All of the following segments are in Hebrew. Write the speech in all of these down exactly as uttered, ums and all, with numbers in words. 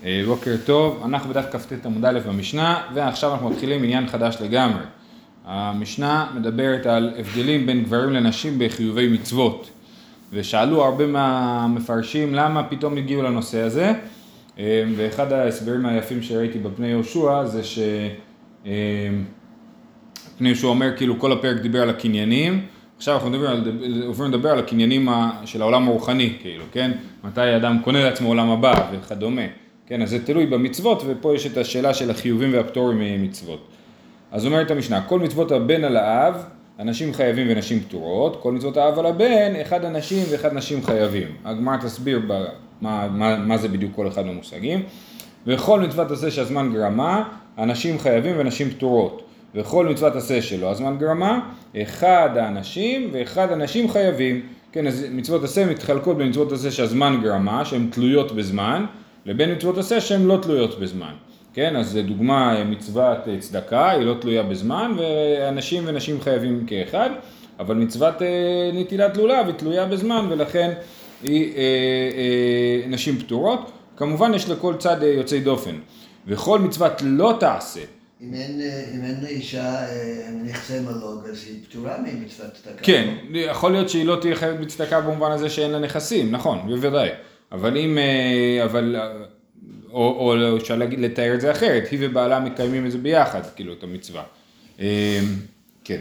בוקר טוב, אנחנו בדף כ"ט עמוד א' במשנה, ועכשיו אנחנו מתחילים עניין חדש לגמרי. המשנה מדברת על הבדלים בין גברים לנשים בחיובי מצוות, ושאלו הרבה מהמפרשים למה פתאום הגיעו לנושא הזה, ואחד ההסברים היפים שראיתי בפני יהושע זה שפני יהושע אומר כאילו כל הפרק דיבר על הקניינים, עכשיו אנחנו מדבר על, עוברים לדבר על הקניינים של העולם הרוחני, כאילו, כן? מתי האדם קונה לעצמו עולם הבא וכדומה. כן, אז זה תלוי במצוות, ופה יש את השאלה של החיובים והפטורים ממצוות. אז אומרת המשנה, כל מצוות הבן על האב, אנשים חייבים ונשים פטורות, כל מצוות האב על הבן, אחד אנשים ואחד נשים חייבים. הגמרא תסביר ב, מה, מה, מה זה בדיוק כל אחד מהמושגים. וכל מצוות עשה שהזמן גרמה, אנשים חייבים ונשים פטורות. וכל מצוות עשה שלו הזמן גרמה, אחד האנשים ואחד הנשים חייבים. כן, אז מצוות עשה מתחלקות במצוות עשה שהזמן גרמה, שהן תלויות בזמן, לבין מצוות עשה שהן לא תלויות בזמן. כן, אז דוגמה מצוות צדקה, היא לא תלויה בזמן, ואנשים ונשים חייבים כאחד, אבל מצוות נטילת לולב היא תלויה בזמן, ולכן היא אה, אה, נשים פטורות. כמובן יש לכל צד יוצאי דופן. וכל מצוות לא תעשה. אם אין, אם אין לאישה נכסי מלוג, אז היא פטורה ממצוות צדקה. כן, יכול להיות שהיא לא תהיה חייבת בצדקה במובן הזה שאין לה נכסים, נכון, בוודאי. אבל אם, אבל, או, או אפשר להגיד, לתאר את זה אחרת, היא ובעלה מקיימים את זה ביחד, כאילו, את המצווה. כן.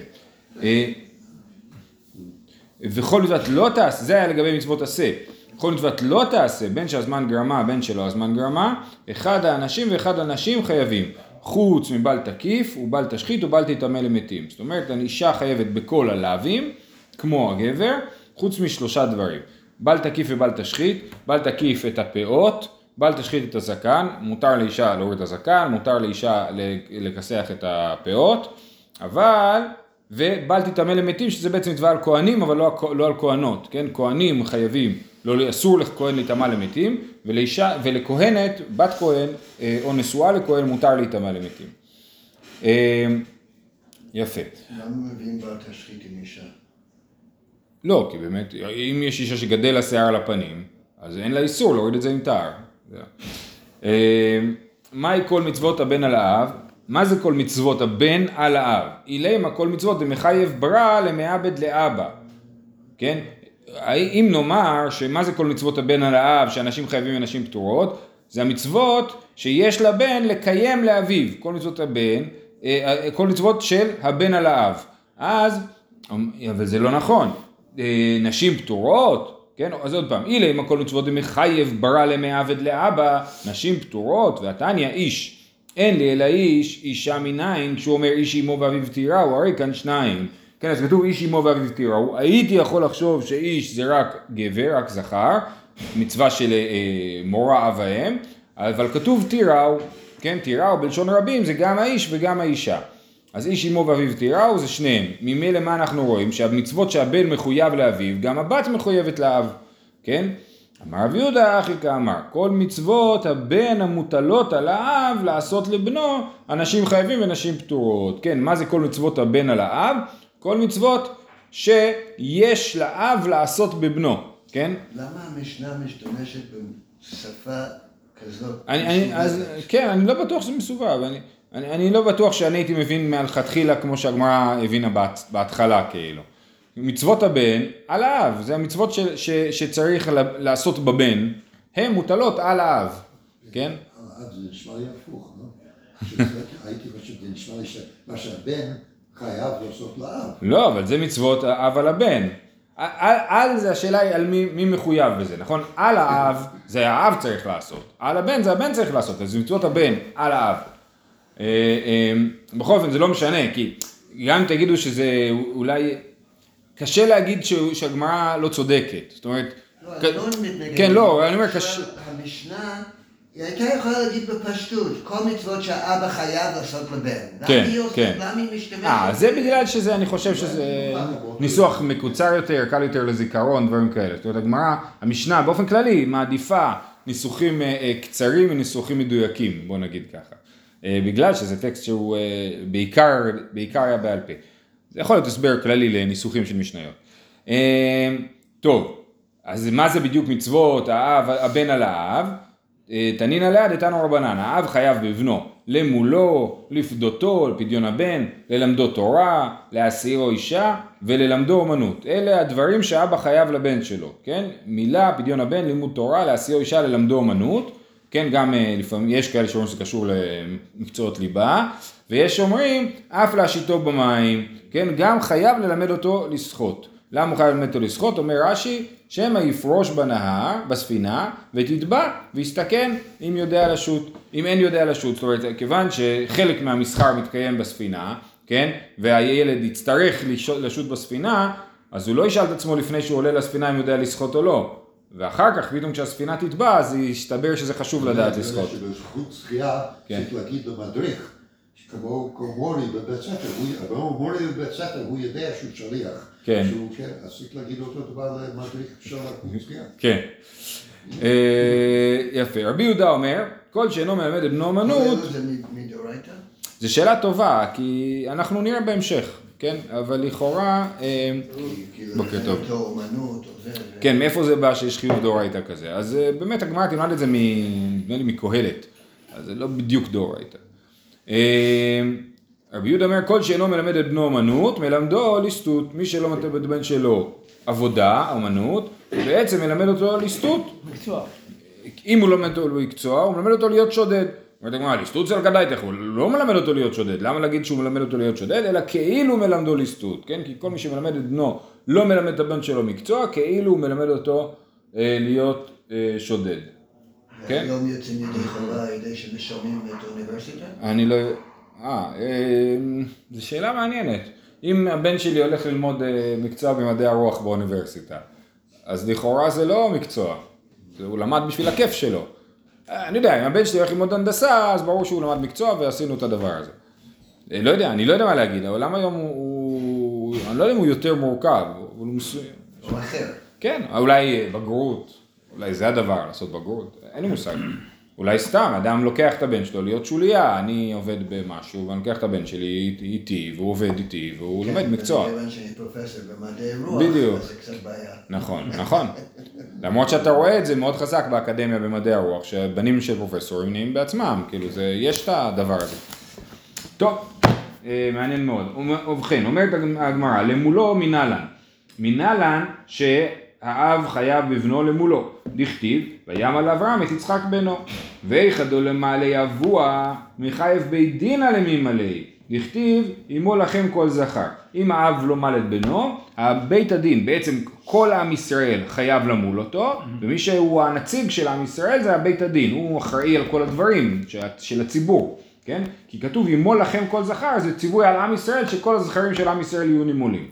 וכל מצוות לא תעשה, זה היה לגבי מצוות עשה. כל מצוות לא תעשה, בין שהזמן גרמה, בין שלא הזמן גרמה, אחד האנשים ואחד האנשים חייבים. חוץ מבל תקיף ובל תשחית ובל תטמא למתים. זאת אומרת, האישה חייבת בכל הלאווים, כמו הגבר, חוץ משלושה דברים. בל תקיף ובל תשחית, בל תקיף את הפאות, בל תשחית את הזקן, מותר לאישה להוריד את הזקן, מותר לאישה לכסח את הפאות, אבל, ובל תטמא למתים, שזה בעצם מצווה על כהנים, אבל לא, לא על כהנות, כן? כהנים חייבים, לא, אסור לכהן להיטמא למתים, ולאישה, ולכהנת, בת כהן, או נשואה לכהן, מותר להיטמא למתים. יפה. למה מביאים בל תשחית עם אישה? לא, כי באמת, אם יש אישה שגדל לה שיער על הפנים, אז אין לה איסור להוריד את זה עם תער. מהי כל מצוות הבן על האב? מה זה כל מצוות הבן על האב? אילמה כל מצוות דמחייב ברא למעבד לאבא. כן? אם נאמר שמה זה כל מצוות הבן על האב, שאנשים חייבים ונשים פטורות, זה המצוות שיש לבן לקיים לאביו. כל מצוות הבן, כל מצוות של הבן על האב. אז, אבל זה לא נכון. נשים פטורות, כן? אז עוד פעם, אילה אם הכל מצוות מחייב ברא למעבד לאבא, נשים פטורות, והתניא איש, אין לי אלא איש, אישה מנין, כשהוא אומר איש אמו ואביו תיראו, הרי כאן שניים, כן, אז כתוב איש אמו ואביו תיראו, הייתי יכול לחשוב שאיש זה רק גבר, רק זכר, מצווה של אה, מורה אב ואם, אבל כתוב תיראו, כן, תיראו בלשון רבים זה גם האיש וגם האישה. אז איש אמו ואביו תיראו זה שניהם. ממילא מה אנחנו רואים? שהמצוות שהבן מחויב לאביו, גם הבת מחויבת לאב. כן? אמר רבי יהודה אחי כאמר, כל מצוות הבן המוטלות על האב לעשות לבנו, אנשים חייבים ונשים פטורות. כן, מה זה כל מצוות הבן על האב? כל מצוות שיש לאב לעשות בבנו. כן? למה המשנה משתמשת בשפה כזאת? אני, אני, אז, כן, אני לא בטוח שזה מסובב. אני... אני, אני לא בטוח שאני הייתי מבין מהלכתחילה כמו שהגמרא הבינה בת, בהתחלה כאילו. מצוות הבן על האב, זה המצוות ש, ש, שצריך לעשות בבן, הן מוטלות על האב, כן? אז זה נשמע לי הפוך, לא? הייתי חושב, זה נשמע לי שמה שהבן חייב לעשות לאב. לא, אבל זה מצוות האב על הבן. על, על זה השאלה היא על מי, מי מחויב בזה, נכון? על האב זה האב צריך לעשות, על הבן זה הבן צריך לעשות, אז זה מצוות הבן על האב. בכל אופן זה לא משנה, כי גם תגידו שזה אולי קשה להגיד שהגמרא לא צודקת, זאת אומרת, כן לא, אני אומר קשה. המשנה, היא הייתה יכולה להגיד בפשטות, כל מצוות שהאבא חייב לעשות לבן. כן, כן. למה היא משתמשת? אה, זה בגלל שזה, אני חושב שזה ניסוח מקוצר יותר, קל יותר לזיכרון, דברים כאלה. זאת אומרת, הגמרא, המשנה באופן כללי מעדיפה ניסוחים קצרים וניסוחים מדויקים, בוא נגיד ככה. בגלל שזה טקסט שהוא בעיקר, בעיקר היה בעל פה. זה יכול להיות הסבר כללי לניסוחים של משניות. טוב, אז מה זה בדיוק מצוות האב, הבן על האב? תנין עליה דתנו רבנן, האב חייב בבנו, למולו, לפדותו, לפדיון הבן, ללמדו תורה, להסירו אישה וללמדו אומנות. אלה הדברים שאבא חייב לבן שלו, כן? מילה, פדיון הבן, לימוד תורה, להסירו אישה, ללמדו אומנות. כן, גם לפעמים יש כאלה שאומרים שזה קשור למקצועות ליבה, ויש אומרים אף להשיטו במים, כן? גם חייב ללמד אותו לשחות. למה הוא חייב ללמד אותו לשחות? אומר רש"י, שמא יפרוש בנהר, בספינה, ותטבע ויסתכן אם יודע לשוט, אם אין יודע לשוט. זאת אומרת, כיוון שחלק מהמסחר מתקיים בספינה, כן? והילד יצטרך לשוט בספינה, אז הוא לא ישאל את עצמו לפני שהוא עולה לספינה אם יודע לשחות או לא. ואחר כך, פתאום כשהספינה תטבע, אז יסתבר שזה חשוב לדעת לשחות. שבזכות שחייה צריך להגיד למדריך, כמו מורי בבית ספר, אבל מורי בבית ספר הוא יודע שהוא שליח. כן. אז צריך להגיד אותו דבר למדריך של הקבוצה שחייה. כן. יפה. רבי יהודה אומר, כל שאינו מלמד את בנו אומנות, זה מדאורייתא? זו שאלה טובה, כי אנחנו נראה בהמשך, כן? אבל לכאורה, בוקר טוב. כן, מאיפה זה בא שיש חיוב דאורייתא כזה? אז באמת הגמרא תלמד את זה מקהלת, אז זה לא בדיוק דאורייתא. רבי יהודה אומר, כל שאינו מלמד את בנו אומנות, מלמדו ליסטות. מי שלא מלמד את בן שלו עבודה, אומנות, בעצם מלמד אותו ליסטות. מקצוע. אם הוא לא מלמד אותו למקצוע, הוא מלמד אותו להיות שודד. אומרת הגמרא, ליסטות זה לכדאיתך, הוא לא מלמד אותו להיות שודד. למה להגיד שהוא מלמד אותו להיות שודד? אלא כאילו מלמדו ליסטות, כן? כי כל מי שמלמד את בנו לא מלמד את הבן שלו מקצוע, כאילו הוא מלמד אותו אה, להיות אה, שודד. כן? היום יוצאים ידי חובה ידי שמשלמים את האוניברסיטה? אני לא... אה, זו שאלה מעניינת. אם הבן שלי הולך ללמוד מקצוע במדעי הרוח באוניברסיטה, אז לכאורה זה לא מקצוע. הוא למד בשביל הכיף שלו. אני יודע, אם הבן שלי הולך ללמוד הנדסה, אז ברור שהוא למד מקצוע ועשינו את הדבר הזה. לא יודע, אני לא יודע מה להגיד. העולם היום הוא... אני לא יודע אם הוא יותר מורכב. הוא אחר. כן, אולי בגרות. אולי זה הדבר, לעשות בגרות. אין לי מושג. אולי סתם, אדם לוקח את הבן שלו להיות שוליה, אני עובד במשהו, ואני לוקח את הבן שלי איתי, והוא עובד איתי, והוא לומד מקצוע. כיוון שאני פרופסור במדעי רוח, אז זה קצת בעיה. נכון, נכון. למרות שאתה רואה את זה מאוד חזק באקדמיה במדעי הרוח, שבנים של פרופסורים נהיים בעצמם, כאילו זה, יש את הדבר הזה. טוב, מעניין מאוד. ובכן, אומרת הגמרא, למולו מנהלן. מנהלן ש... האב חייב בבנו למולו, דכתיב, ויאמר לאברהם את יצחק בנו, ויחדו למעלי אבוה, מחייב בית דינא למימלא, דכתיב, אמו לכם כל זכר. אם האב לא מל את בנו, בית הדין, בעצם כל עם ישראל חייב למול אותו, ומי שהוא הנציג של עם ישראל זה הבית הדין, הוא אחראי על כל הדברים של הציבור, כן? כי כתוב, אמו לכם כל זכר, זה ציווי על עם ישראל, שכל הזכרים של עם ישראל יהיו נימולים.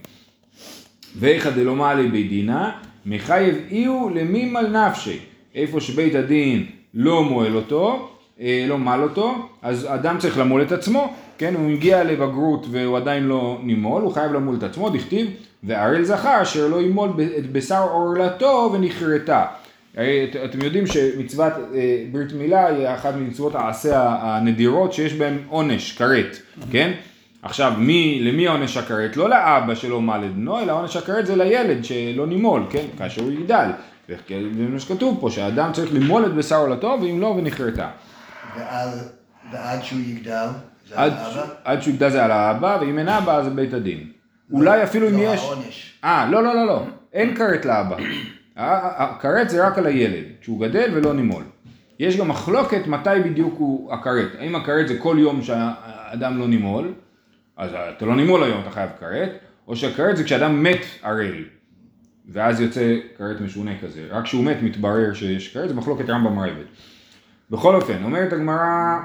ויחדו למעלי בית דינא, מחייב איהו למימל נפשי, איפה שבית הדין לא מועל אותו, לא מל אותו, אז אדם צריך למול את עצמו, כן, הוא מגיע לבגרות והוא עדיין לא נימול, הוא חייב למול את עצמו, דכתיב, וערל זכר אשר לא ימול את בשר עורלתו ונכרתה. אתם יודעים שמצוות ברית מילה היא אחת ממצוות העשה הנדירות שיש בהן עונש, כרת, כן? עכשיו, מי, למי העונש הכרת? לא לאבא שלא מל את בנו, אלא העונש הכרת זה לילד שלא נימול, כן? כאשר הוא יגדל. ומה שכתוב פה, שהאדם צריך למול את בשר עולתו, ואם לא, ונכרתה. ועד שהוא יגדל, זה על האבא? עד שהוא יגדל זה על האבא, ואם אין אבא, זה בית הדין. אולי אפילו אם יש... לא העונש. אה, לא, לא, לא, לא. אין כרת לאבא. הכרת זה רק על הילד, כשהוא גדל ולא נימול. יש גם מחלוקת מתי בדיוק הוא הכרת. האם הכרת זה כל יום שהאדם לא נימול, אז אתה לא נימול היום, אתה חייב כרת, או שהכרת זה כשאדם מת ערל, ואז יוצא כרת משונה כזה. רק כשהוא מת מתברר שיש כרת, זה מחלוקת רמב"ם רייבד. בכל אופן, אומרת הגמרא,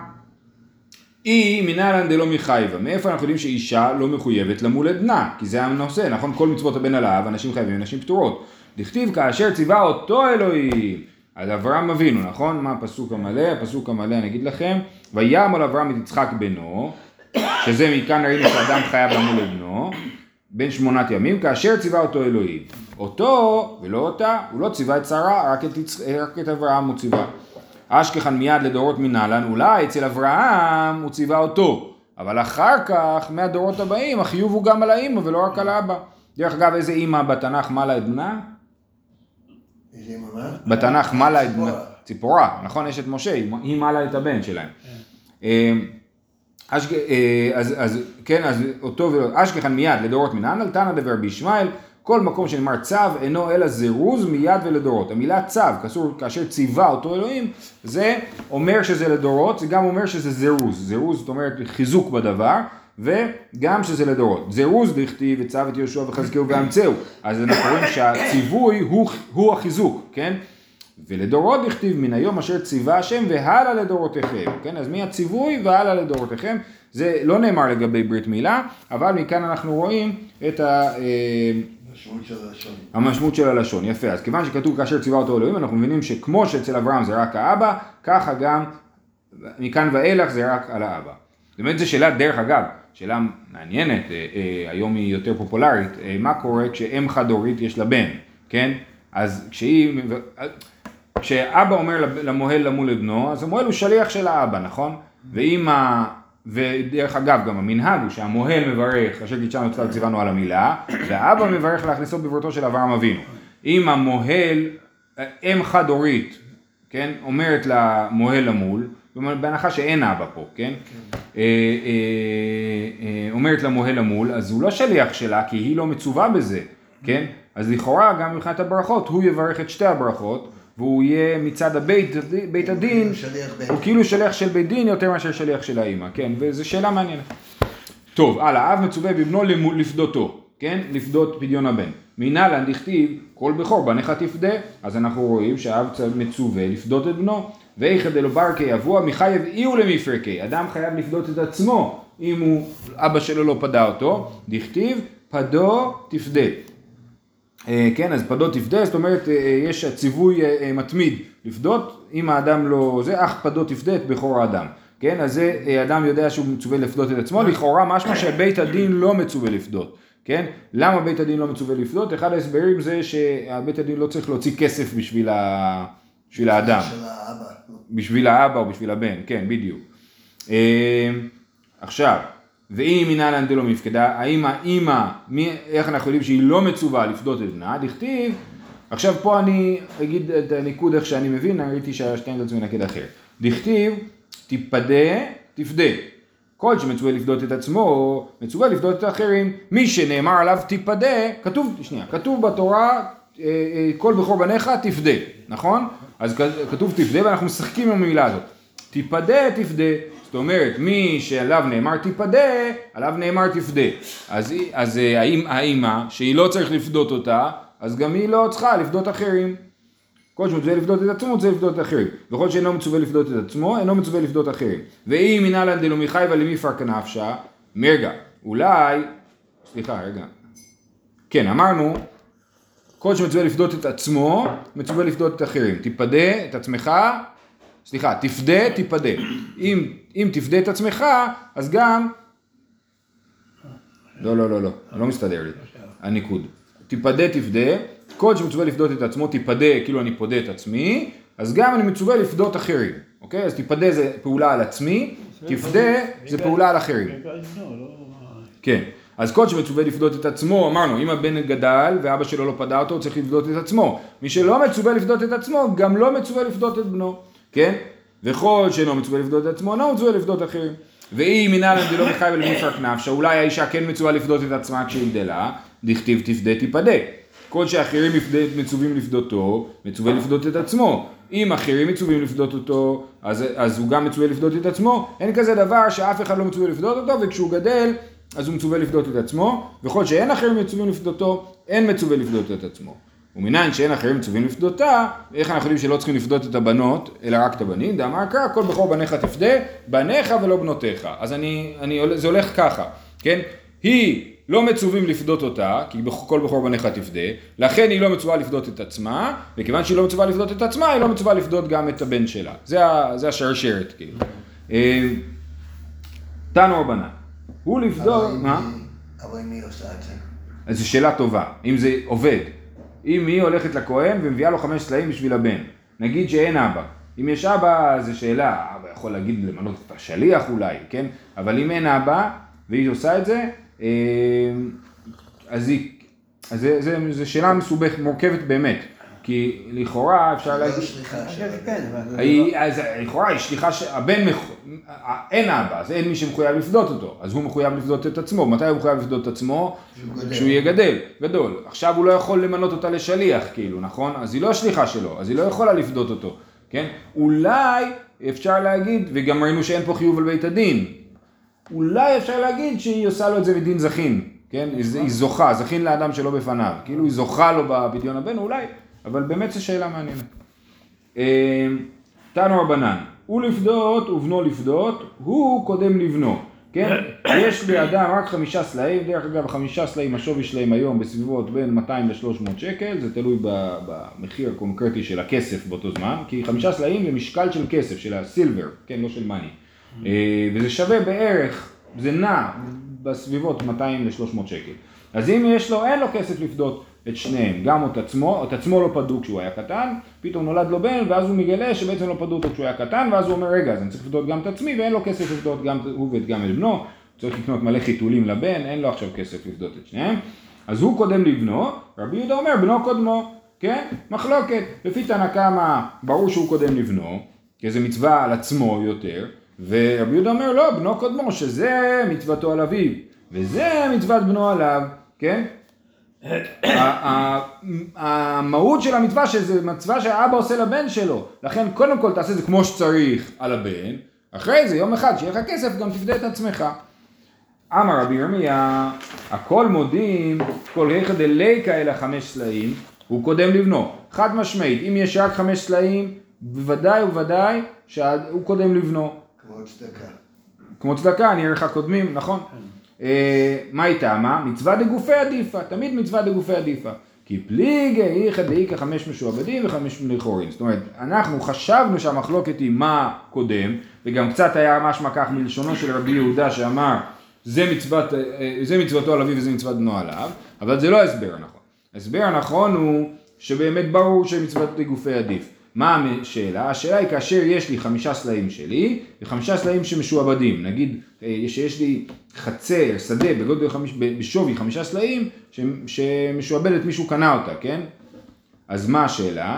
אי מנהלן דלא מחייבה. מאיפה אנחנו יודעים שאישה לא מחויבת למול את בנה? כי זה הנושא, נכון? כל מצוות הבן עליו, אנשים חייבים, אנשים פטורות. דכתיב כאשר ציווה אותו אלוהים. אז אברהם אבינו, נכון? מה הפסוק המלא? הפסוק המלא, אני אגיד לכם, ויאמר אברהם את יצחק בנו, שזה מכאן ראינו שאדם חייב למול את בנו, בין שמונת ימים, כאשר ציווה אותו אלוהים. אותו ולא אותה, הוא לא ציווה את שרה, רק את, רק את אברהם הוא ציווה. אשכחן מיד לדורות מנהלן, אולי אצל אברהם הוא ציווה אותו, אבל אחר כך, מהדורות הבאים, החיוב הוא גם על האמא ולא רק על האבא. דרך אגב, איזה אמא בתנ"ך מלה את בנה? איזה אמא מה? בתנ"ך מלה את בנה. ציפורה, נכון? אשת משה, היא מעלה את הבן שלהם. אז, אז, כן, אז אותו ולא, אשכחן מיד לדורות מנן, על תנא דבר בישמעאל, כל מקום שנאמר צו אינו אלא זירוז מיד ולדורות. המילה צו, כאשר ציווה אותו אלוהים, זה אומר שזה לדורות, זה גם אומר שזה זירוז. זירוז זאת אומרת חיזוק בדבר, וגם שזה לדורות. זירוז דכתיב וצו את יהושע וחזקיהו ואמצהו. אז אנחנו רואים שהציווי הוא, הוא החיזוק, כן? ולדורות דכתיב מן היום אשר ציווה השם והלאה לדורותיכם. כן? אז מהציווי והלאה לדורותיכם. זה לא נאמר לגבי ברית מילה, אבל מכאן אנחנו רואים את ה... המשמעות של הלשון. המשמעות של הלשון, יפה. אז כיוון שכתוב כאשר ציווה אותו אלוהים, אנחנו מבינים שכמו שאצל אברהם זה רק האבא, ככה גם מכאן ואילך זה רק על האבא. זאת אומרת, זו שאלה, דרך אגב, שאלה מעניינת, היום היא יותר פופולרית, מה קורה כשאם חד-הורית יש לה בן, כן? אז כשהיא, כשאבא אומר למוהל למול לבנו, אז המוהל הוא שליח של האבא, נכון? ואם ה... ודרך אגב, גם המנהג הוא שהמוהל מברך, אשר קידשנו אותך וציוונו על המילה, והאבא מברך להכניסות בברותו של אברהם אבינו. אם המוהל, אם חד-הורית, כן, אומרת למוהל למול, בהנחה שאין אבא פה, כן? אומרת למוהל למול, אז הוא לא שליח שלה, כי היא לא מצווה בזה, כן? אז לכאורה, גם מבחינת הברכות, הוא יברך את שתי הברכות, והוא יהיה מצד הבית, בית הדין, הוא כאילו שליח של בית דין יותר מאשר שליח של האמא, כן? וזו שאלה מעניינת. טוב, הלאה, אב מצווה בבנו לפדותו, כן? לפדות פדיון הבן. מנהלן דכתיב, כל בכור בניך תפדה, אז אנחנו רואים שהאב מצווה לפדות את בנו, ואיכא דלא ברכי אבוה מחייב אי ולמפרקי, אדם חייב לפדות את עצמו, אם הוא, אבא שלו לא פדה אותו, דכתיב, פדו תפדה. כן, אז פדו תפדה, זאת אומרת, יש ציווי מתמיד לפדות, אם האדם לא, זה אך פדו תפדה את בכור האדם. כן, אז זה אדם יודע שהוא מצווה לפדות את עצמו, לכאורה משמע שבית הדין לא מצווה לפדות. כן, למה בית הדין לא מצווה לפדות? אחד ההסברים זה שבית הדין לא צריך להוציא כסף בשביל, ה... בשביל האדם. בשביל האבא או בשביל הבן, כן, בדיוק. עכשיו, ואם מנהלן דלא מפקדה, האם האמא, איך אנחנו יודעים שהיא לא מצווה לפדות את בנה, דכתיב, עכשיו פה אני אגיד את הניקוד איך שאני מבין, אני ראיתי שהשתיים את עצמי נקד אחר. דכתיב, תפדה, תפדה. כל שמצווה לפדות את עצמו, מצווה לפדות את האחרים. מי שנאמר עליו תפדה, כתוב, שנייה, כתוב בתורה, כל בכור בניך תפדה, נכון? אז כתוב תפדה ואנחנו משחקים עם המילה הזאת. תפדה, תפדה. זאת אומרת, מי שעליו נאמר תפדה, עליו נאמר תפדה. אז, אז האמא, שהיא לא צריך לפדות אותה, אז גם היא לא צריכה לפדות אחרים. כל שמצווה לפדות את עצמו, מצווה לפדות את אחרים. וכל שאינו מצווה לפדות את עצמו, אינו מצווה לפדות אחרים. ואם מנהלן דלא מחייבא למפרק נפשא, מרגע, אולי, סליחה, רגע. כן, אמרנו, כל שמצווה לפדות את עצמו, מצווה לפדות את אחרים. תפדה את עצמך, סליחה, תפדה, תפדה. אם, אם תפדה את עצמך, אז גם... לא, לא, לא, לא, לא מסתדר לי. הניקוד. תפדה, תפדה. כל שמצווה לפדות את עצמו, תפדה, כאילו אני פודה את עצמי, אז גם אני מצווה לפדות אחרים. אוקיי? אז תפדה זה פעולה על עצמי, תפדה זה פעולה על אחרים. כן. אז כל שמצווה לפדות את עצמו, אמרנו, אם הבן גדל ואבא שלו לא פדה אותו, הוא צריך לפדות את עצמו. מי שלא מצווה לפדות את עצמו, גם לא מצווה לפדות את בנו. כן? וכל שאינו מצווה לפדות את עצמו, לא מצווה לפדות אחרים. ואם מנהלן דלא מחייבא למפרק נפשא, אולי האישה כן מצווה לפדות את עצמה כשהיא גדלה, דכתיב תפדה תפדה. כל שאחרים מצווים לפדותו, מצווה לפדות את עצמו. אם אחרים מצווים לפדות אותו, אז, אז הוא גם מצווה לפדות את עצמו. אין כזה דבר שאף אחד לא מצווה לפדות אותו, וכשהוא גדל, אז הוא מצווה לפדות את עצמו. וכל שאין אחרים מצווים לפדותו, אין מצווה לפדות את עצמו. ומנין שאין אחרים מצווים לפדותה, איך אנחנו יודעים שלא צריכים לפדות את הבנות, אלא רק את הבנים? דאמר קרא, כל בכור בניך תפדה, בניך ולא בנותיך. אז אני, אני, זה הולך ככה, כן? היא לא מצווים לפדות אותה, כי כל בכור בניך תפדה, לכן היא לא מצווה לפדות את עצמה, וכיוון שהיא לא מצווה לפדות את עצמה, היא לא מצווה לפדות גם את הבן שלה. זה, זה השרשרת, כאילו. תנו רבנן, הוא לפדות... אבל אם היא עושה את זה? אז זו שאלה טובה, אם זה עובד. אם היא הולכת לכהן ומביאה לו חמש סלעים בשביל הבן, נגיד שאין אבא. אם יש אבא, זו שאלה, אבא יכול להגיד למנות את השליח אולי, כן? אבל אם אין אבא, והיא עושה את זה, אז, היא, אז זה, זה, זה שאלה מסובכת, מורכבת באמת. כי לכאורה אפשר להגיד... לא שליחה של כן, הבן. היא- אז לכאורה היא שליחה שהבן, מח- אין אבא, אז אין מי שמחויב לפדות אותו, אז הוא מחויב לפדות את עצמו. מתי הוא מחויב לפדות את עצמו? כשהוא יהיה גדל, גדול. עכשיו הוא לא יכול למנות אותה לשליח, כאילו, נכון? אז היא לא השליחה שלו, אז היא לא יכולה לפדות אותו, כן? אולי אפשר להגיד, וגם ראינו שאין פה חיוב על בית הדין, אולי אפשר להגיד שהיא עושה לו את זה מדין זכין, כן? היא זוכה, זכין לאדם שלא בפניו, כאילו היא זוכה לו בפדיון הבן, אולי, אבל באמת זו שאלה מעניינת. תנו רבנן, הוא לפדות ובנו לפדות, הוא קודם לבנו, כן? יש לאדם רק חמישה סלעים, דרך אגב חמישה סלעים, השווי שלהם היום בסביבות בין מאתיים ל-שלוש מאות שקל, זה תלוי במחיר הקונקרטי של הכסף באותו זמן, כי חמישה סלעים זה משקל של כסף, של הסילבר, כן, לא של מני, וזה שווה בערך, זה נע בסביבות מאתיים ל-שלוש מאות שקל. אז אם יש לו, אין לו כסף לפדות את שניהם, גם את עצמו, את עצמו לא פדו כשהוא היה קטן, פתאום נולד לו בן, ואז הוא מגלה שבעצם לא פדו אותו כשהוא היה קטן, ואז הוא אומר, רגע, אז אני צריך לפדות גם את עצמי, ואין לו כסף לפדות גם הוא ואת גם את בנו, צריך לקנות מלא חיתולים לבן, אין לו עכשיו כסף לפדות את שניהם, אז הוא קודם לבנו, רבי יהודה אומר, בנו קודמו, כן? מחלוקת, לפי תנא קמא, ברור שהוא קודם לבנו, כי זה מצווה על עצמו יותר, ורבי יהודה אומר, לא, בנו קודמו, שזה מצוותו על אביו, וזה מצוות בנו עליו, כן? המהות של המצווה שזה מצווה שהאבא עושה לבן שלו, לכן קודם כל תעשה את זה כמו שצריך על הבן, אחרי זה יום אחד שיהיה לך כסף גם תפדה את עצמך. אמר רבי ירמיה, הכל מודים, כל היכא דליקא אלא חמש סלעים, הוא קודם לבנו. חד משמעית, אם יש רק חמש סלעים, בוודאי ובוודאי שהוא קודם לבנו. כמו צדקה. כמו צדקה, נראה לך קודמים, נכון? מה איתה? מה? מצווה דגופי עדיפה, תמיד מצווה דגופי עדיפה. כי פליגי איכא דאיכא חמש משועבדים וחמש בני חורין. זאת אומרת, אנחנו חשבנו שהמחלוקת היא מה קודם, וגם קצת היה משמע כך מלשונו של רבי יהודה שאמר, זה, מצוות, זה מצוותו על אביו וזה מצוות בנו עליו, אבל זה לא הסבר הנכון. הסבר הנכון הוא שבאמת ברור שמצוות דגופי עדיף. מה השאלה? השאלה היא כאשר יש לי חמישה סלעים שלי וחמישה סלעים שמשועבדים. נגיד שיש לי חצר, שדה, בגודל חמיש, בשווי חמישה סלעים שמשועבדת, מישהו קנה אותה, כן? אז מה השאלה?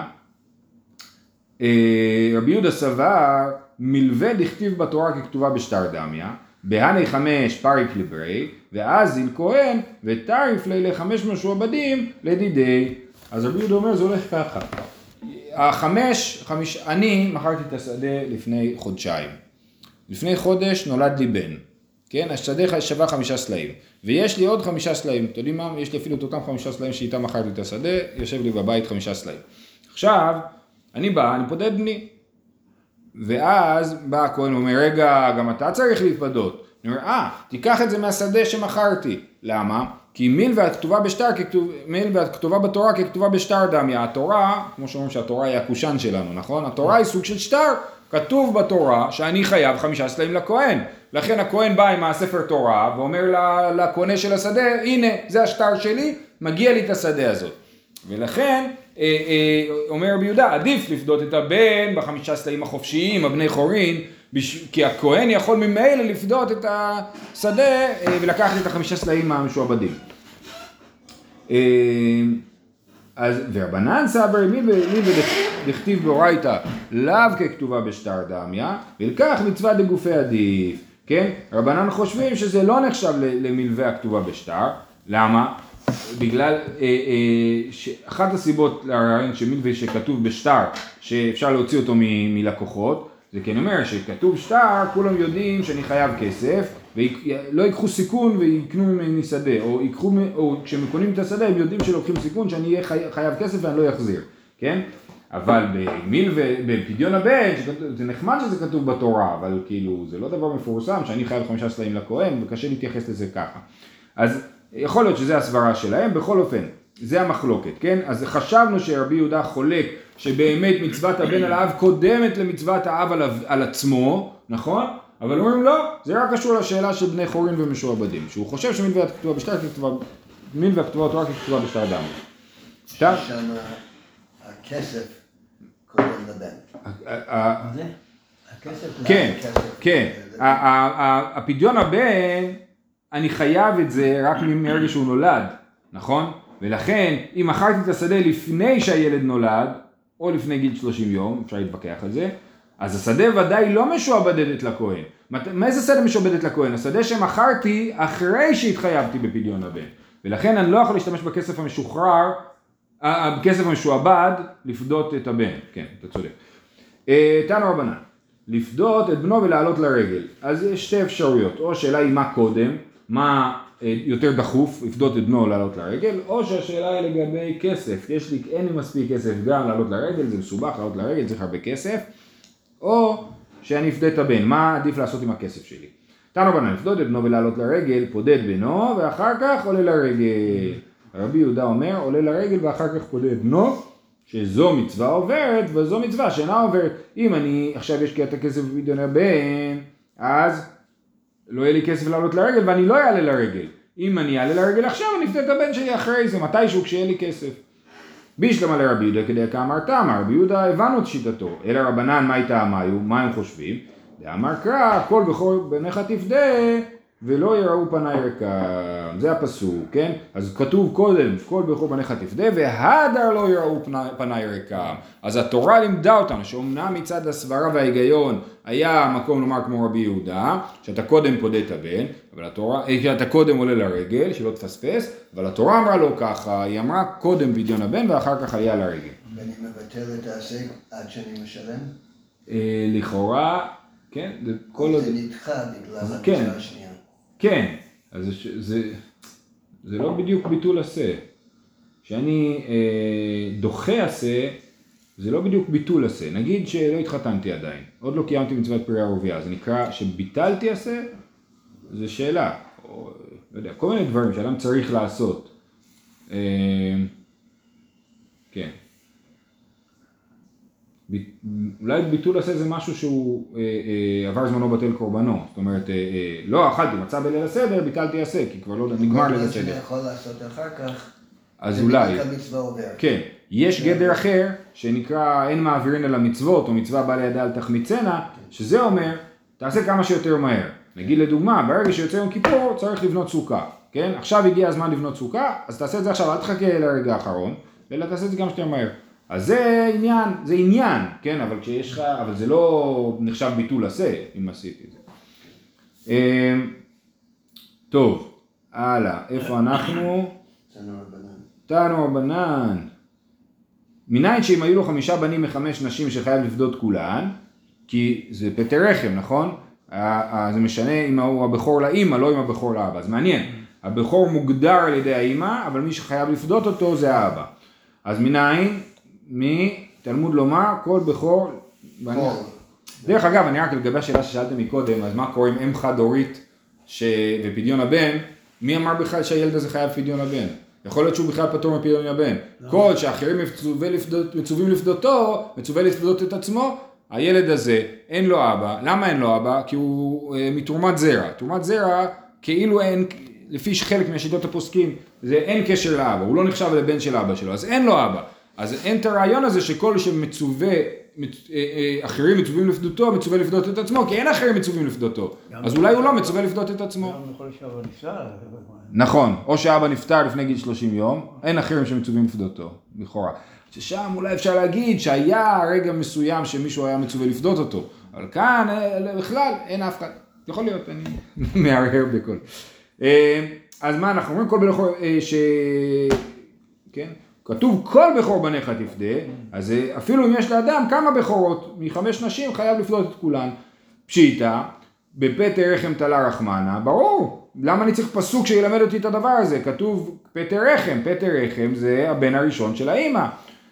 רבי יהודה סבר, מלווה דכתיב בתורה ככתובה בשטר דמיה, בהני חמש פריק לברי, ואז איל כהן וטריף לילה חמש משועבדים לדידי. אז רבי יהודה אומר, זה הולך ככה. החמש, חמיש, אני מכרתי את השדה לפני חודשיים. לפני חודש נולד לי בן. כן, השדה שווה חמישה סלעים. ויש לי עוד חמישה סלעים. אתם יודעים מה? יש לי אפילו את אותם חמישה סלעים שאיתם מכרתי את השדה, יושב לי בבית חמישה סלעים. עכשיו, אני בא, אני פודה בני. ואז בא הכהן ואומר, רגע, גם אתה צריך להתפדות. אני אומר, אה, תיקח את זה מהשדה שמכרתי. למה? כי מיל והכתובה בשטר, מיל והכתובה בתורה ככתובה בשטר דמיה. התורה, כמו שאומרים שהתורה היא הקושן שלנו, נכון? התורה היא סוג של שטר. כתוב בתורה שאני חייב חמישה סלעים לכהן. לכן הכהן בא עם הספר תורה ואומר לקונה של השדה, הנה, זה השטר שלי, מגיע לי את השדה הזאת. ולכן, אה, אה, אומר רבי יהודה, עדיף לפדות את הבן בחמישה סלעים החופשיים, הבני חורין, כי הכהן יכול ממילא לפדות את השדה ולקחת את החמישה סלעים המשועבדים. אז ורבנן סבר מי ודכתיב באורייתא לאו ככתובה בשטר דמיה, ולקח מצווה דגופי עדיף. כן? רבנן חושבים שזה לא נחשב למלווה הכתובה בשטר. למה? בגלל אה, אה, שאחת הסיבות לרעיון שמלווה שכתוב בשטר שאפשר להוציא אותו מ- מלקוחות, זה כן אומר שכתוב שטר, כולם יודעים שאני חייב כסף, ולא ייקחו סיכון ויקנו ממני שדה, או, ייקחו, או כשהם קונים את השדה הם יודעים שלוקחים סיכון שאני אהיה חי, חייב כסף ואני לא אחזיר, כן? אבל במיל ובפדיון הבן, זה נחמד שזה כתוב בתורה, אבל כאילו זה לא דבר מפורסם שאני חייב חמישה סלעים לכהן, וקשה להתייחס לזה ככה. אז יכול להיות שזה הסברה שלהם, בכל אופן, זה המחלוקת, כן? אז חשבנו שרבי יהודה חולק שבאמת מצוות הבן על האב קודמת למצוות האב על, על עצמו, נכון? אבל אומרים לא, זה רק קשור לשאלה של בני חורין ומשועבדים, שהוא חושב שמיל והכתובה בשטר ככתובה, מיל והכתובה בתורה ככתובה בשטר דם. שם הכסף קודם לבן. זה? הכסף? כן, כן. הפדיון הבן, אני חייב את זה רק מרגע שהוא נולד, נכון? ולכן אם מכרתי את השדה לפני שהילד נולד, או לפני גיל שלושים יום, אפשר להתווכח על זה, אז השדה ודאי לא משועבדת לכהן. מאיזה שדה משועבדת לכהן? השדה שמכרתי אחרי שהתחייבתי בפדיון הבן. ולכן אני לא יכול להשתמש בכסף המשוחרר, בכסף המשועבד, לפדות את הבן. כן, אתה צודק. תנו רבנן, לפדות את בנו ולעלות לרגל. אז יש שתי אפשרויות, או שאלה היא מה קודם, מה יותר דחוף, לפדות את בנו לעלות לרגל, או שהשאלה היא לגבי כסף. יש לי, אין לי מספיק כסף גם לעלות לרגל, זה מסובך לעלות לרגל, צריך הרבה כסף. או שאני אפדה את הבן, מה עדיף לעשות עם הכסף שלי? תנו רבנן, לפדות את בנו ולעלות לרגל, פודה את בנו ואחר כך עולה לרגל. רבי יהודה אומר, עולה לרגל ואחר כך פודה את בנו, שזו מצווה עוברת וזו מצווה שאינה עוברת. אם אני עכשיו יש לי את הכסף בפדיון הבן, אז לא יהיה לי כסף לעלות לרגל ואני לא אעלה לרגל. אם אני אעלה לרגל עכשיו, אני אפדה את הבן שלי אחרי זה, מתישהו כשיהיה לי כסף. בישלמה לרבי יהודה כדי כאמר תמה, רבי יהודה הבנו את שיטתו, אלא רבנן מה איתה המיו, מה הם חושבים? דאמר קרא, כל בכל בניך תפדה ולא יראו פניי ריקם, זה הפסוק, כן? אז כתוב קודם, כל בכל בניך תפדה והדר לא יראו פניי ריקם. אז התורה לימדה אותנו שאומנם מצד הסברה וההיגיון היה מקום לומר כמו רבי יהודה, שאתה קודם פודה את הבן, אבל התורה, שאתה קודם עולה לרגל, שלא תפספס, אבל התורה אמרה לו ככה, היא אמרה קודם פדיון הבן ואחר כך עליה לרגל. ואני מבטל את העסק עד שאני משלם? לכאורה, כן, זה כל עוד... זה נדחה בגלל המצווה השנייה. כן, אז זה, זה לא בדיוק ביטול עשה. שאני אה, דוחה עשה, זה לא בדיוק ביטול עשה. נגיד שלא התחתנתי עדיין, עוד לא קיימתי מצוות פרי ערביה, זה נקרא שביטלתי עשה, זה שאלה. או, לא יודע, כל מיני דברים שאדם צריך לעשות. אה, כן. אולי ביטול עשה זה משהו שהוא אה, אה, עבר זמנו בטל קורבנו, זאת אומרת, אה, אה, לא אכלתי מצה בליל הסדר, ביטלתי עשה, כי כבר לא נגמר ליל הסדר. כל מה שאני יכול לעשות אחר כך, אז אולי, זה המצווה עוברת. כן, יש גדר אחר שנקרא אין מעבירין על המצוות, או מצווה בא לידה על תחמיצנה, שזה אומר, תעשה כמה שיותר מהר. נגיד לדוגמה, ברגע שיוצא יום כיפור צריך לבנות סוכה, כן? עכשיו הגיע הזמן לבנות סוכה, אז תעשה את זה עכשיו, אל תחכה לרגע האחרון, אלא תעשה את זה כמה שיותר מהר. אז זה עניין, זה עניין, כן, אבל כשיש לך, אבל זה לא נחשב ביטול עשה, אם עשיתי את זה. טוב, הלאה, איפה אנחנו? תנו רבנן. תנו רבנן. מניין שאם היו לו חמישה בנים מחמש נשים שחייב לפדות כולן, כי זה פטר רחם, נכון? זה משנה אם הוא הבכור לאמא, לא אם הבכור לאבא, אז מעניין. הבכור מוגדר על ידי האמא, אבל מי שחייב לפדות אותו זה האבא. אז מניין? מי, תלמוד לומר, כל בכור, דרך אגב, אני רק לגבי השאלה ששאלתם מקודם, אז מה קורה עם אם חד הורית ופדיון הבן, מי אמר בכלל שהילד הזה חייב פדיון הבן? יכול להיות שהוא בכלל פטור מפדיון הבן. כל שאחרים מצווים לפדותו, מצווה לפדות את עצמו, הילד הזה אין לו אבא. למה אין לו אבא? כי הוא מתרומת זרע. תרומת זרע כאילו אין, לפי חלק מהשיטות הפוסקים, זה אין קשר לאבא, הוא לא נחשב לבן של אבא שלו, אז אין לו אבא. אז אין את הרעיון הזה שכל שמצווה, אחרים מצווים לפדותו, מצווה לפדות את עצמו, כי אין אחרים מצווים לפדותו. אז אולי הוא לא מצווה לפדות את עצמו. גם יכול שאבא נפטר. נכון, או שאבא נפטר לפני גיל שלושים יום, אין אחרים שמצווים לפדותו, לכאורה. ששם אולי אפשר להגיד שהיה רגע מסוים שמישהו היה מצווה לפדות אותו, אבל כאן בכלל אין אף אחד. יכול להיות, אני מערער בכל. אז מה אנחנו אומרים? כל בכור ש... כן? כתוב כל בכור בניך תפדה, אז אפילו אם יש לאדם כמה בכורות מחמש נשים חייב לפדות את כולן. פשיטה, בפטר רחם תלה רחמנה, ברור. למה אני צריך פסוק שילמד אותי את הדבר הזה? כתוב פטר רחם, פטר רחם זה הבן הראשון של האמא.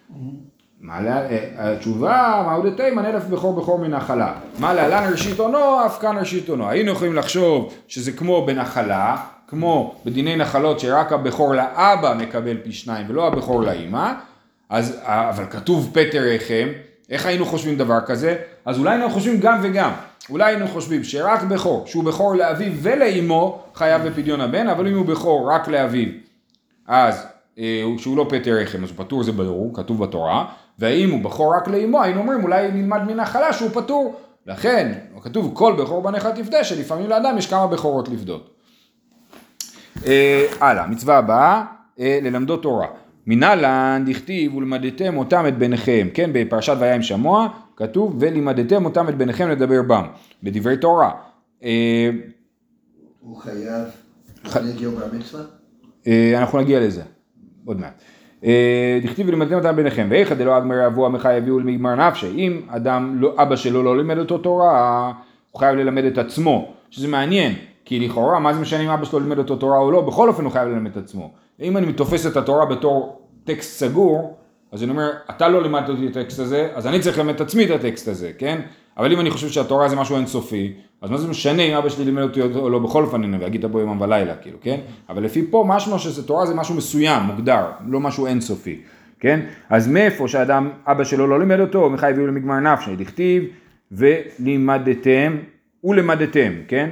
התשובה, מה עוד תימן אלף בכור בכור מנחלה. מה להלן ראשית עונו, אף כאן ראשית עונו. היינו יכולים לחשוב שזה כמו בנחלה, כמו בדיני נחלות שרק הבכור לאבא מקבל פי שניים ולא הבכור לאמא, אז, אבל כתוב פטר רחם, איך היינו חושבים דבר כזה? אז אולי היינו חושבים גם וגם. אולי היינו חושבים שרק בכור, שהוא בכור לאביו ולאמו, חייב בפדיון הבן, אבל אם הוא בכור רק לאביו, אז אה, שהוא לא פטר רחם, אז הוא פטור, זה ברור, כתוב בתורה, ואם הוא בכור רק לאמו, היינו אומרים, אולי נלמד מנחלה שהוא פטור. לכן, כתוב, כל בכור בניך תפדה, שלפעמים לאדם יש כמה בכורות לפדות. אה, הלאה, מצווה הבאה, אה, ללמדו תורה. מנהלן דכתיב ולמדתם אותם את בניכם, כן, בפרשת והיה עם שמוע כתוב ולימדתם אותם את בניכם לדבר בם, בדברי תורה. אה, הוא חייב להגיע בר מצווה? אה, אנחנו נגיע לזה, עוד מעט. דכתיב ולימדתם אותם בניכם, ואיכא דלא אגמר אבו עמך יביאו למגמר נפשי, אם אדם, לא, אבא שלו לא לימד אותו תורה, הוא חייב ללמד את עצמו, שזה מעניין, כי לכאורה, מה זה משנה אם אבא שלו לימד אותו תורה או לא, בכל אופן הוא חייב ללמד את עצמו. אם אני תופס את התורה בתור טקסט סגור, אז אני אומר, אתה לא לימדת אותי את הטקסט הזה, אז אני צריך ללמד את עצמי את הטקסט הזה, כן? אבל אם אני חושב שהתורה זה משהו אינסופי, אז מה זה משנה אם אבא שלי לימד אותי או לא, בכל אופן אני אגיד בו יומם ולילה, כאילו, כן? אבל לפי פה משמע שתורה זה משהו מסוים, מוגדר, לא משהו אינסופי, כן? אז מאיפה שאדם, אבא שלו לא לימד אותו, מיכה הביאו למגמר נפשי, דכתיב ולימדתם ולמדתם, כן?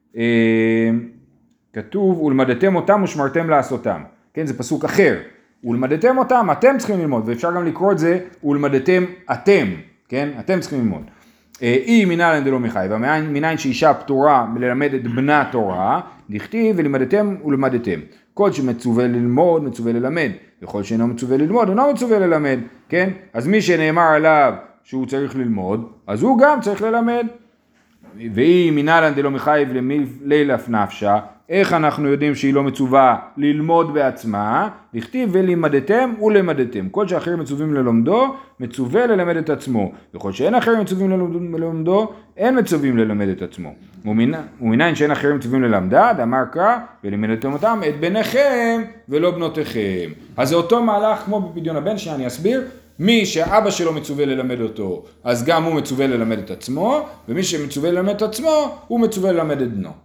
כתוב ולמדתם אותם ושמרתם לעשותם, כן? זה פסוק אחר. ולמדתם אותם, אתם צריכים ללמוד, ואפשר גם לקרוא את זה, ולמדתם אתם, כן? אתם צריכים ללמוד. אי מנהלן דלא מחייב, מניין שאישה פטורה מללמד את בנה תורה, דכתיב ולימדתם ולמדתם. כל שמצווה ללמוד, מצווה ללמד, וכל שאינו מצווה ללמוד, אינו מצווה ללמד, כן? אז מי שנאמר עליו שהוא צריך ללמוד, אז הוא גם צריך ללמד. ואי מנהלן דלא מחייב לילף נפשה, איך אנחנו יודעים שהיא לא מצווה ללמוד בעצמה? דכתיב ולימדתם ולמדתם. כל שאחרים מצווים ללמדו, מצווה ללמד את עצמו. וכל שאין אחרים מצווים ללמדו, אין מצווים ללמד את עצמו. ומניין שאין אחרים מצווים ללמדה, דאמר קרא, ולימדתם אותם את בניכם ולא בנותיכם. אז זה אותו מהלך כמו בפדיון הבן, שאני אסביר. מי שאבא שלו מצווה ללמד אותו, אז גם הוא מצווה ללמד את עצמו, ומי שמצווה ללמד את עצמו, הוא מצווה ללמד את בנו.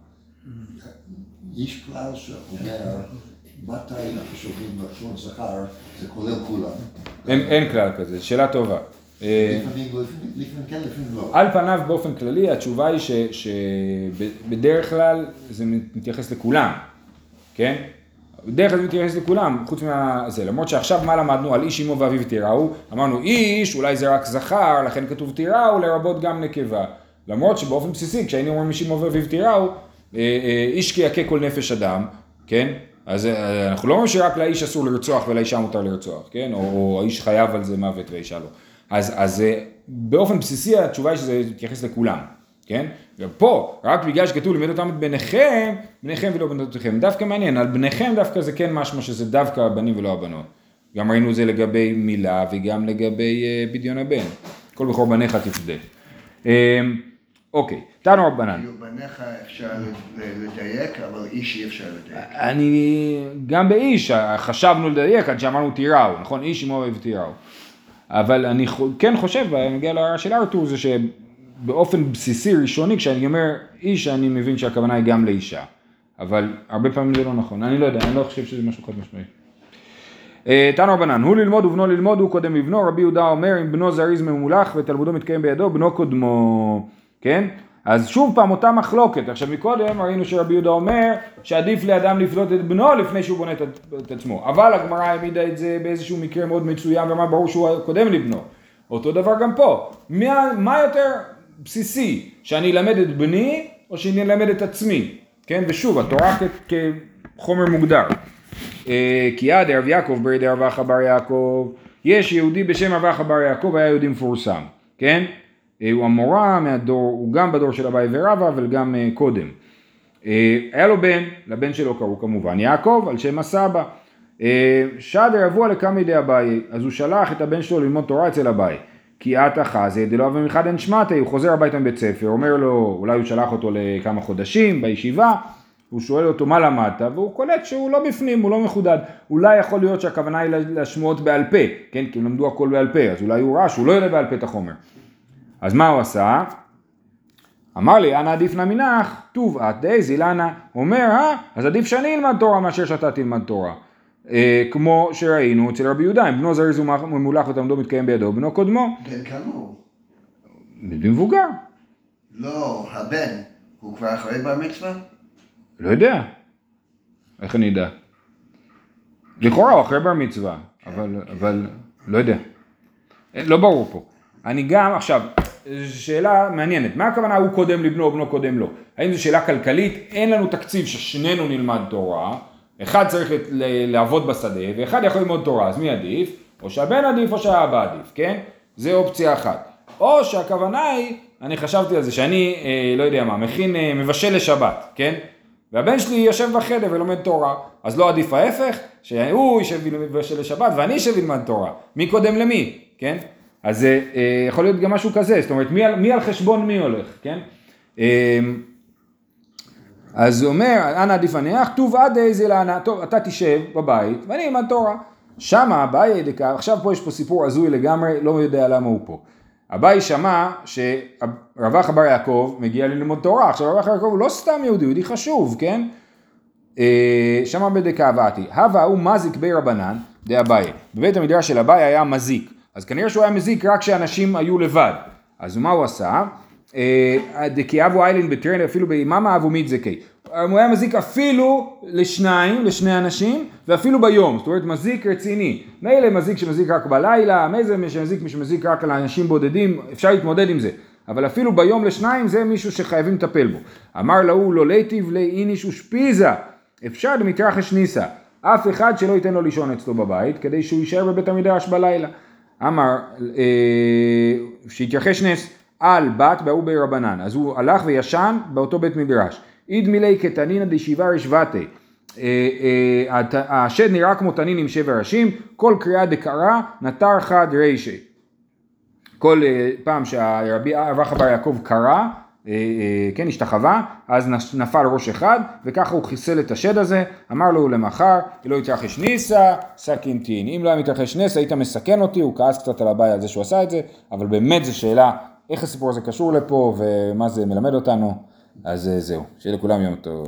יש כלל שאומר, מתי אנחנו שומעים לשון זכר, זה כולל כולם. אין, אין כלל כזה, שאלה טובה. לפעמים כן, לפעמים לא. על פניו באופן כללי, התשובה היא שבדרך כלל זה מתייחס לכולם, כן? בדרך כלל זה מתייחס לכולם, חוץ מהזה, למרות שעכשיו מה למדנו על איש אמו ואביו תיראו, אמרנו איש, אולי זה רק זכר, לכן כתוב תיראו, לרבות גם נקבה. למרות שבאופן בסיסי, כשהיינו אומרים איש אמו ואביו תיראו, איש כי יכה כל נפש אדם, כן? אז אנחנו לא אומרים שרק לאיש אסור לרצוח ולאישה מותר לרצוח, כן? או, או האיש חייב על זה מוות והאישה לא. אז, אז באופן בסיסי התשובה היא שזה מתייחס לכולם, כן? ופה, רק בגלל שכתוב לימד אותם את בניכם, בניכם ולא בנותיכם. דווקא מעניין, על בניכם דווקא זה כן משמע שזה דווקא הבנים ולא הבנות. גם ראינו את זה לגבי מילה וגם לגבי uh, בדיון הבן. כל בכור בניך תפדה. Um, אוקיי, תנו רבנן. בניך אפשר לדייק, אבל איש אי אפשר לדייק. אני, גם באיש חשבנו לדייק, עד שאמרנו תיראו, נכון? איש אמו ואביו תיראו. אבל אני כן חושב, ומגיע לשאלה ארתור, זה שבאופן בסיסי ראשוני, כשאני אומר איש, אני מבין שהכוונה היא גם לאישה. אבל הרבה פעמים זה לא נכון. אני לא יודע, אני לא חושב שזה משהו חד משמעי. תנו רבנן, הוא ללמוד ובנו ללמוד, הוא קודם לבנו, רבי יהודה אומר, אם בנו זריז ממולח ותלמודו מתקיים בידו, בנו קודמו, כן? אז שוב פעם אותה מחלוקת. עכשיו מקודם ראינו שרבי יהודה אומר שעדיף לאדם לפדות את בנו לפני שהוא בונה את עצמו. אבל הגמרא העמידה את זה באיזשהו מקרה מאוד מצוין ומה ברור שהוא קודם לבנו. אותו דבר גם פה. מה, מה יותר בסיסי? שאני אלמד את בני או שאני אלמד את עצמי? כן? ושוב, התורה כ- כחומר מוגדר. כי עד רב יעקב ברי רב אחא בר יעקב, יש יהודי בשם רב אחא בר יעקב, היה יהודי מפורסם. כן? הוא המורה מהדור, הוא גם בדור של אביי ורבא, אבל גם קודם. היה לו בן, לבן שלו קראו כמובן יעקב, על שם הסבא. שדר אבוה לקמי די אביי, אז הוא שלח את הבן שלו ללמוד תורה אצל אביי. כי עתה חזי דלא אבי מחד אין שמעתי, הוא חוזר הביתה מבית ספר, אומר לו, אולי הוא שלח אותו לכמה חודשים בישיבה, הוא שואל אותו מה למדת, והוא קולט שהוא לא בפנים, הוא לא מחודד. אולי יכול להיות שהכוונה היא לשמועות בעל פה, כן? כי הם למדו הכל בעל פה, אז אולי הוא ראה שהוא לא יודע בעל פה את החומר. אז מה הוא עשה? אמר לי, אנא עדיף נא מנך, טוב, את די זילנה, אומר, אה, אז עדיף שאני אלמד תורה מאשר שאתה תלמד תורה. אה, כמו שראינו אצל רבי יהודה, אם בנו זריז וממולח ותלמודו מתקיים בידו, בנו קודמו. בן כמה הוא? בן מבוגר. לא, הבן, הוא כבר אחרי בר מצווה? לא יודע. איך אני יודע? לכאורה הוא אחרי בר מצווה, אבל, אבל לא יודע. לא ברור פה. אני גם, עכשיו, שאלה מעניינת, מה הכוונה הוא קודם לבנו או בנו קודם לו? האם זו שאלה כלכלית? אין לנו תקציב ששנינו נלמד תורה, אחד צריך לעבוד בשדה, ואחד יכול ללמוד תורה, אז מי עדיף? או שהבן עדיף או שהאבא עדיף, כן? זה אופציה אחת. או שהכוונה היא, אני חשבתי על זה, שאני, אה, לא יודע מה, מכין, אה, מבשל לשבת, כן? והבן שלי יושב בחדר ולומד תורה, אז לא עדיף ההפך, שהוא יושב מבשל לשבת ואני יושב ללמד תורה. מי קודם למי, כן? אז אה, יכול להיות גם משהו כזה, זאת אומרת, מי על, מי על חשבון מי הולך, כן? אה, אז הוא אומר, אנא עדיף הניח, טוב עד איזה לענה, טוב, אתה תשב בבית ואני אלמד תורה. שמה אביי דקה, עכשיו פה יש פה סיפור הזוי לגמרי, לא יודע למה הוא פה. אביי שמע שרווח בר יעקב מגיע ללמוד תורה, עכשיו רווח יעקב הוא לא סתם יהודי, יהודי חשוב, כן? שמע בדקה הבאתי, הווה הוא מזיק בי רבנן, די אביי, בבית המדרש של אביי היה מזיק, אז כנראה שהוא היה מזיק רק כשאנשים היו לבד, אז מה הוא עשה? דקי אבו איילין בטרן אפילו באיממה אבו מיתזקי, הוא היה מזיק אפילו לשניים, לשני אנשים, ואפילו ביום, זאת אומרת מזיק רציני, מילא מזיק שמזיק רק בלילה, מזה שמזיק שמזיק רק לאנשים בודדים, אפשר להתמודד עם זה, אבל אפילו ביום לשניים זה מישהו שחייבים לטפל בו. אמר לו לא ליטיב לאיניש ושפיזה, אפשר למתרחש ניסה, אף אחד שלא ייתן לו לישון אצלו בבית, כדי שהוא יישאר בבית המדרש בלילה. אמר, אה, שיתרחש נס על בת באו ברבנן, אז הוא הלך וישן באותו בית מדרש. איד מילי כתנינא דשיבה רשבתי, השד נראה כמו תנין עם שבע ראשים, כל קריאה דקרא נטר חד רישי. כל פעם שהרבי רווח בר יעקב קרא, כן, השתחווה, אז נפל ראש אחד, וככה הוא חיסל את השד הזה, אמר לו למחר, לא יתרחש ניסה, סכינתין. אם לא היה מתרחש נס, היית מסכן אותי, הוא כעס קצת על הבעיה על זה שהוא עשה את זה, אבל באמת זו שאלה, איך הסיפור הזה קשור לפה, ומה זה מלמד אותנו, אז זהו, שיהיה לכולם יום טוב.